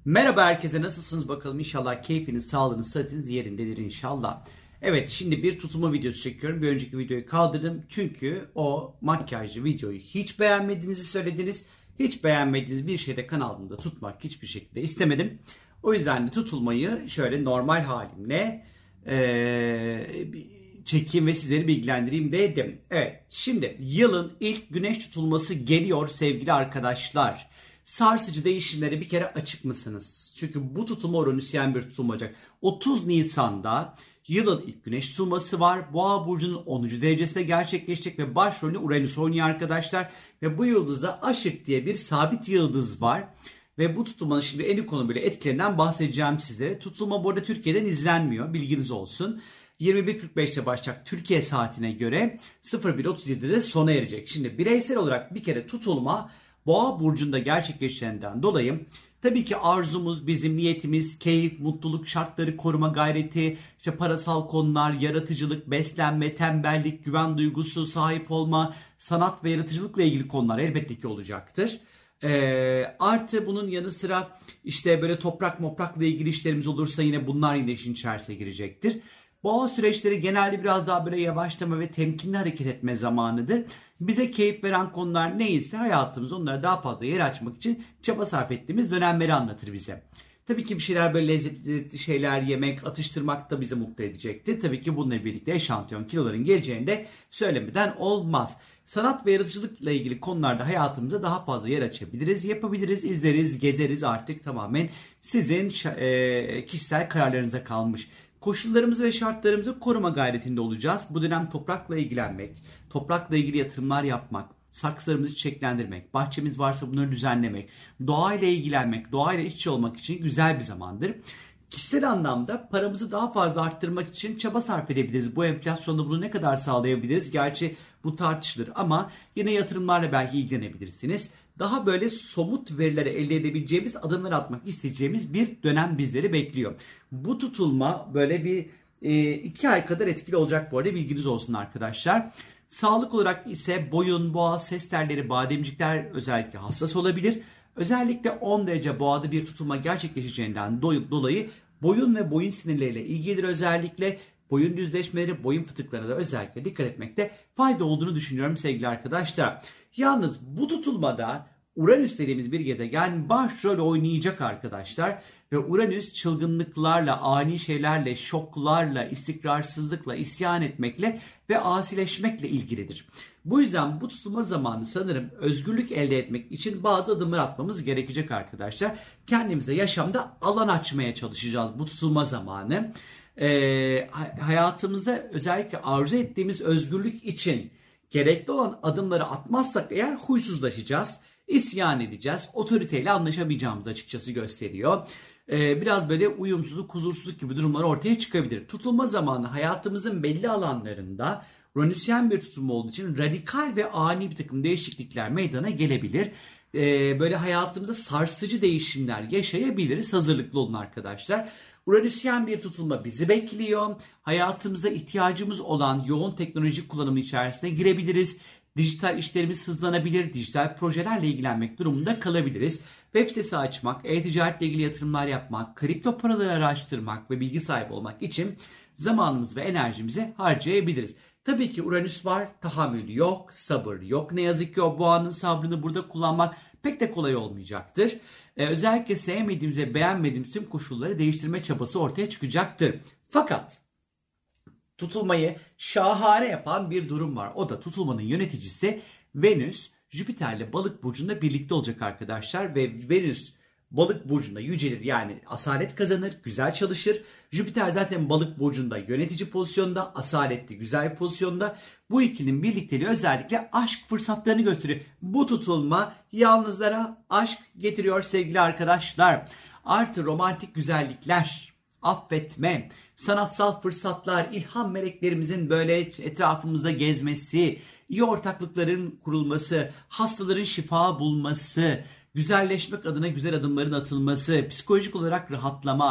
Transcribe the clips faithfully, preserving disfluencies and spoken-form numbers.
Merhaba herkese, nasılsınız bakalım? İnşallah keyfiniz, sağlığınız, sıhhatiniz yerindedir inşallah. Evet, şimdi bir tutulma videosu çekiyorum. Bir önceki videoyu kaldırdım. Çünkü o makyajlı videoyu hiç beğenmediğinizi söylediniz. Hiç beğenmediğiniz bir şeyde kanalımda tutmak hiçbir şekilde istemedim. O yüzden de tutulmayı şöyle normal halimle ee, çekeyim ve sizleri bilgilendireyim dedim. Evet, şimdi yılın ilk güneş tutulması geliyor sevgili arkadaşlar. Sarsıcı değişimlere bir kere açık mısınız? Çünkü bu tutulma Uranüsyen bir tutulma olacak. otuz Nisan'da yılın ilk güneş tutulması var. Boğa burcunun onuncu derecesinde gerçekleşecek ve başrolünü Uranüs oynuyor arkadaşlar. Ve bu yıldızda Aşık diye bir sabit yıldız var. Ve bu tutulmanın şimdi en konu böyle etkilerinden bahsedeceğim sizlere. Tutulma bu arada Türkiye'den izlenmiyor, bilginiz olsun. yirmi bir kırk beşte başlayacak Türkiye saatine göre bir otuz yedide de sona erecek. Şimdi bireysel olarak bir kere tutulma Boğa burcunda gerçekleşeceğinden dolayı tabii ki arzumuz, bizim niyetimiz, keyif, mutluluk, şartları koruma gayreti, işte parasal konular, yaratıcılık, beslenme, tembellik, güven duygusu, sahip olma, sanat ve yaratıcılıkla ilgili konular elbette ki olacaktır. Ee, artı bunun yanı sıra işte böyle toprak moprakla ilgili işlerimiz olursa yine bunlar yine işin içerisine girecektir. Boğa süreçleri genelde biraz daha böyle yavaşlama ve temkinli hareket etme zamanıdır. Bize keyif veren konular neyse hayatımız onlara daha fazla yer açmak için çaba sarf ettiğimiz dönemleri anlatır bize. Tabii ki bir şeyler böyle lezzetli şeyler yemek, atıştırmak da bizi mutlu edecektir. Tabii ki bununla birlikte eşantiyon kiloların geleceğini de söylemeden olmaz. Sanat ve yaratıcılıkla ilgili konularda hayatımıza daha fazla yer açabiliriz, yapabiliriz, izleriz, gezeriz, artık tamamen sizin e, kişisel kararlarınıza kalmış. Koşullarımızı ve şartlarımızı koruma gayretinde olacağız. Bu dönem toprakla ilgilenmek, toprakla ilgili yatırımlar yapmak, saksılarımızı çiçeklendirmek, bahçemiz varsa bunları düzenlemek, doğayla ilgilenmek, doğayla iç içe olmak için güzel bir zamandır. Kişisel anlamda paramızı daha fazla arttırmak için çaba sarf edebiliriz. Bu enflasyonda bunu ne kadar sağlayabiliriz? Gerçi bu tartışılır ama yine yatırımlarla belki ilgilenebilirsiniz. Daha böyle somut verilere elde edebileceğimiz adımlar atmak isteyeceğimiz bir dönem bizleri bekliyor. Bu tutulma böyle bir e, iki ay kadar etkili olacak bu arada, bilginiz olsun arkadaşlar. Sağlık olarak ise boyun, boğaz, ses telleri, bademcikler özellikle hassas olabilir. Özellikle on derece boğada bir tutulma gerçekleşeceğinden dolayı boyun ve boyun sinirleriyle ilgilidir özellikle. Boyun düzleşmeleri, boyun fıtıklarına da özellikle dikkat etmekte fayda olduğunu düşünüyorum sevgili arkadaşlar. Yalnız bu tutulmada Uranüs dediğimiz bir gezegen başrol oynayacak arkadaşlar. Ve Uranüs çılgınlıklarla, ani şeylerle, şoklarla, istikrarsızlıkla, isyan etmekle ve asileşmekle ilgilidir. Bu yüzden bu tutulma zamanı sanırım özgürlük elde etmek için bazı adımlar atmamız gerekecek arkadaşlar. Kendimize yaşamda alan açmaya çalışacağız bu tutulma zamanı. Ee, hayatımızda özellikle arzu ettiğimiz özgürlük için gerekli olan adımları atmazsak eğer huysuzlaşacağız, isyan edeceğiz, otoriteyle anlaşamayacağımız açıkçası gösteriyor. Ee, biraz böyle uyumsuzluk, huzursuzluk gibi durumlar ortaya çıkabilir. Tutulma zamanı hayatımızın belli alanlarında Uranüsyen bir tutulma olduğu için radikal ve ani bir takım değişiklikler meydana gelebilir. Ee, böyle hayatımıza sarsıcı değişimler yaşayabiliriz. Hazırlıklı olun arkadaşlar. Uranüsyen bir tutulma bizi bekliyor. Hayatımıza ihtiyacımız olan yoğun teknolojik kullanımı içerisine girebiliriz. Dijital işlerimiz hızlanabilir, dijital projelerle ilgilenmek durumunda kalabiliriz. Web sitesi açmak, e-ticaretle ilgili yatırımlar yapmak, kripto paraları araştırmak ve bilgi sahibi olmak için zamanımız ve enerjimizi harcayabiliriz. Tabii ki Uranüs var, tahammül yok, sabır yok. Ne yazık ki o boğanın sabrını burada kullanmak pek de kolay olmayacaktır. Ee, özellikle sevmediğimiz ve beğenmediğimiz tüm koşulları değiştirme çabası ortaya çıkacaktır. Fakat tutulmayı şahane yapan bir durum var. O da tutulmanın yöneticisi Venüs, Jüpiter'le Balık burcunda birlikte olacak arkadaşlar ve Venüs Balık burcunda yücelir, yani asalet kazanır, güzel çalışır. Jüpiter zaten Balık burcunda yönetici pozisyonda, asaletli, güzel bir pozisyonda. Bu ikilinin birlikteliği özellikle aşk fırsatlarını gösteriyor. Bu tutulma yalnızlara aşk getiriyor sevgili arkadaşlar. Artı romantik güzellikler, affetme, sanatsal fırsatlar, ilham meleklerimizin böyle etrafımızda gezmesi, iyi ortaklıkların kurulması, hastaların şifa bulması, güzelleşmek adına güzel adımların atılması, psikolojik olarak rahatlama,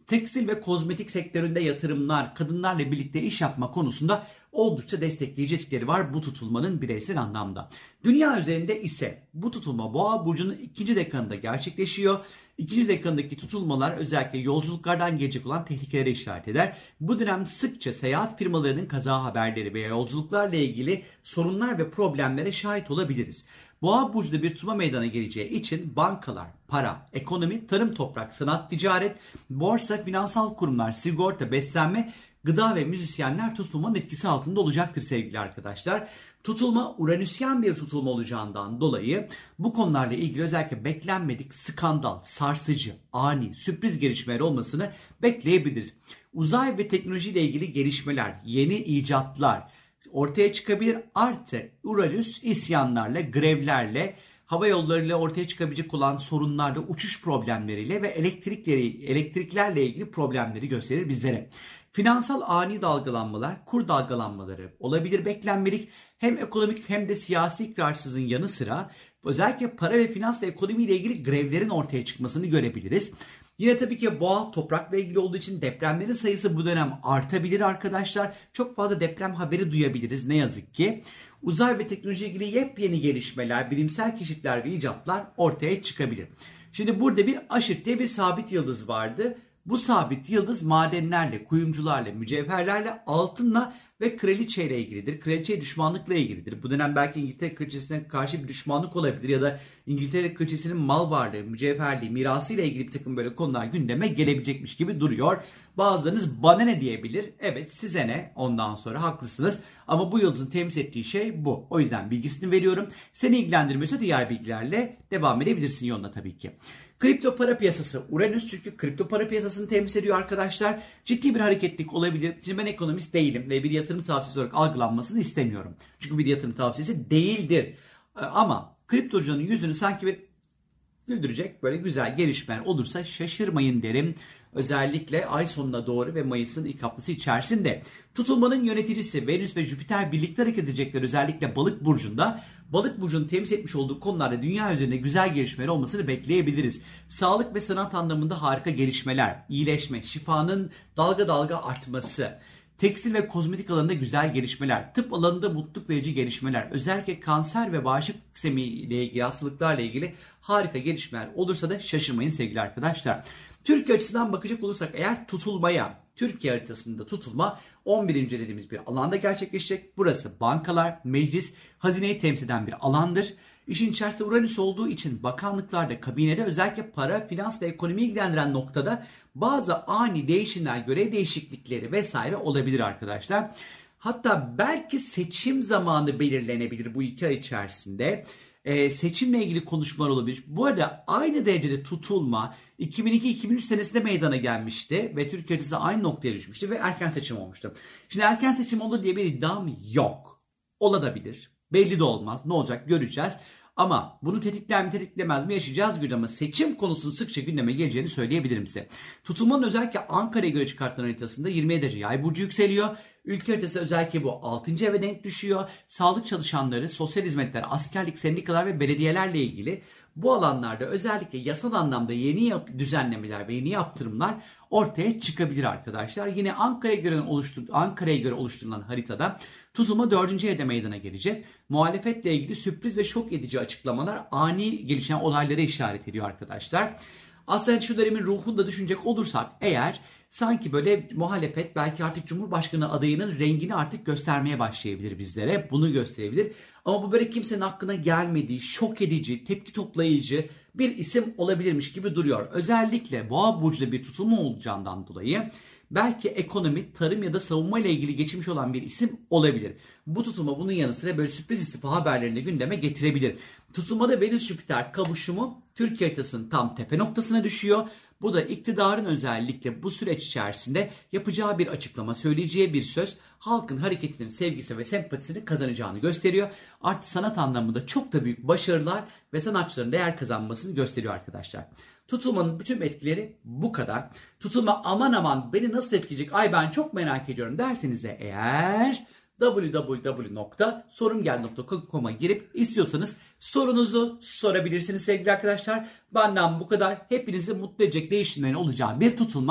Tekstil ve kozmetik sektöründe yatırımlar, kadınlarla birlikte iş yapma konusunda oldukça destekleyici etkileri var bu tutulmanın bireysel anlamda. Dünya üzerinde ise bu tutulma Boğa burcunun ikinci dekanında gerçekleşiyor. İkinci dekandaki tutulmalar özellikle yolculuklardan gelecek olan tehlikelere işaret eder. Bu dönem sıkça seyahat firmalarının kaza haberleri veya yolculuklarla ilgili sorunlar ve problemlere şahit olabiliriz. Boğa burcunda bir tutulma meydana geleceği için bankalar, para, ekonomi, tarım, toprak, sanat, ticaret, borsa, finansal kurumlar, sigorta, beslenme, gıda ve müzisyenler tutulmanın etkisi altında olacaktır sevgili arkadaşlar. Tutulma Uranüsyen bir tutulma olacağından dolayı bu konularla ilgili özellikle beklenmedik skandal, sarsıcı, ani, sürpriz gelişmeler olmasını bekleyebiliriz. Uzay ve teknoloji ile ilgili gelişmeler, yeni icatlar ortaya çıkabilir. Artı Uranüs isyanlarla, grevlerle, hava yollarıyla ortaya çıkabilecek olan sorunlarla, uçuş problemleriyle ve elektrikleri, elektriklerle ilgili problemleri gösterir bizlere. Finansal ani dalgalanmalar, kur dalgalanmaları olabilir beklenmedik. Hem ekonomik hem de siyasi ikrarsızlığın yanı sıra özellikle para ve finans ve ekonomi ile ilgili grevlerin ortaya çıkmasını görebiliriz. Yine tabii ki boğa toprakla ilgili olduğu için depremlerin sayısı bu dönem artabilir arkadaşlar. Çok fazla deprem haberi duyabiliriz ne yazık ki. Uzay ve teknolojiyle ilgili yepyeni gelişmeler, bilimsel keşifler ve icatlar ortaya çıkabilir. Şimdi burada bir Aşık diye bir sabit yıldız vardı. Bu sabit yıldız madenlerle, kuyumcularla, mücevherlerle, altınla ve kraliçeyle ilgilidir. Kraliçeye düşmanlıkla ilgilidir. Bu dönem belki İngiltere kraliçesine karşı bir düşmanlık olabilir ya da İngiltere kraliçesinin mal varlığı, mücevherliği, mirasıyla ilgili bir takım böyle konular gündeme gelebilecekmiş gibi duruyor. Bazılarınız bana ne diyebilir? Evet size ne? Ondan sonra haklısınız. Ama bu yıldızın temsil ettiği şey bu. O yüzden bilgisini veriyorum. Seni ilgilendirmiyorsa diğer bilgilerle devam edebilirsin yoluna tabii ki. Kripto para piyasası Uranüs çünkü kripto para piyasasını temsil ediyor arkadaşlar. Ciddi bir hareketlilik olabilir. Şimdi ben ekonomist değilim ve bir yatırım tavsiyesi olarak algılanmasını istemiyorum. Çünkü bir yatırım tavsiyesi değildir. Ama kriptocunun yüzünü sanki bir güldürecek böyle güzel gelişmeler olursa şaşırmayın derim. Özellikle ay sonuna doğru ve Mayıs'ın ilk haftası içerisinde. Tutulmanın yöneticisi Venüs ve Jüpiter birlikte hareket edecekler özellikle Balık burcunda. Balık burcunun temsil etmiş olduğu konularda dünya üzerinde güzel gelişmeler olmasını bekleyebiliriz. Sağlık ve sanat anlamında harika gelişmeler, iyileşme, şifanın dalga dalga artması, tekstil ve kozmetik alanında güzel gelişmeler, tıp alanında mutluluk verici gelişmeler, özellikle kanser ve bağışıklık sistemi ile ilgili hastalıklarla ilgili harika gelişmeler olursa da şaşırmayın sevgili arkadaşlar. Türkiye açısından bakacak olursak eğer tutulmaya, Türkiye haritasında tutulma on birinci dediğimiz bir alanda gerçekleşecek. Burası bankalar, meclis, hazineyi temsil eden bir alandır. İşin içerisinde Uranüs olduğu için bakanlıklarda, kabinede özellikle para, finans ve ekonomiyi ilgilendiren noktada bazı ani değişimler, görev değişiklikleri vesaire olabilir arkadaşlar. Hatta belki seçim zamanı belirlenebilir bu iki ay içerisinde. Ee, seçimle ilgili konuşmalar olabilir. Bu arada aynı derecede tutulma iki bin iki iki bin üç senesinde meydana gelmişti ve Türkiye haritası aynı noktaya düşmüştü ve erken seçim olmuştu. Şimdi erken seçim olur diye bir iddiam yok. Olabilir. Belli de olmaz. Ne olacak göreceğiz. Ama bunu tetikler mi tetiklemez mi yaşayacağız göreceğiz ama seçim konusunun sıkça gündeme geleceğini söyleyebilirim size. Tutulmanın özellikle Ankara'ya göre çıkartılan haritasında yirmi yedi derece yay burcu yükseliyor. Ülke haritası özellikle bu altıncı eve denk düşüyor. Sağlık çalışanları, sosyal hizmetler, askerlik, sendikalar ve belediyelerle ilgili bu alanlarda özellikle yasal anlamda yeni yap- düzenlemeler ve yeni yaptırımlar ortaya çıkabilir arkadaşlar. Yine Ankara'ya göre, oluştur Ankara'ya göre oluşturulan haritada tutulma dördüncü evde meydana gelecek. Muhalefetle ilgili sürpriz ve şok edici açıklamalar ani gelişen olaylara işaret ediyor arkadaşlar. Aslında şu dönemin ruhunu da düşünecek olursak eğer sanki böyle muhalefet belki artık Cumhurbaşkanı adayının rengini artık göstermeye başlayabilir bizlere. Bunu gösterebilir. Ama bu böyle kimsenin aklına gelmediği, şok edici, tepki toplayıcı bir isim olabilirmiş gibi duruyor. Özellikle Boğa burcunda bir tutulma olacağından dolayı belki ekonomi, tarım ya da savunma ile ilgili geçmiş olan bir isim olabilir. Bu tutulma bunun yanı sıra böyle sürpriz istifa haberlerini gündeme getirebilir. Tutulmada Venüs-Jüpiter kavuşumu Türkiye haritasının tam tepe noktasına düşüyor. Bu da iktidarın özellikle bu süreç içerisinde yapacağı bir açıklama, söyleyeceği bir söz halkın hareketinin sevgisi ve sempatisini kazanacağını gösteriyor. Artı sanat anlamında çok da büyük başarılar ve sanatçıların değer kazanmasını gösteriyor arkadaşlar. Tutulmanın bütün etkileri bu kadar. Tutulma aman aman beni nasıl etkileyecek ay ben çok merak ediyorum derseniz de eğer double-u double-u double-u nokta sorumgel nokta com'a girip istiyorsanız sorunuzu sorabilirsiniz sevgili arkadaşlar. Benden bu kadar. Hepinizi mutlu edecek değişimlerin olacağı bir tutulma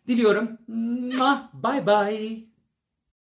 diliyorum. Bye bye.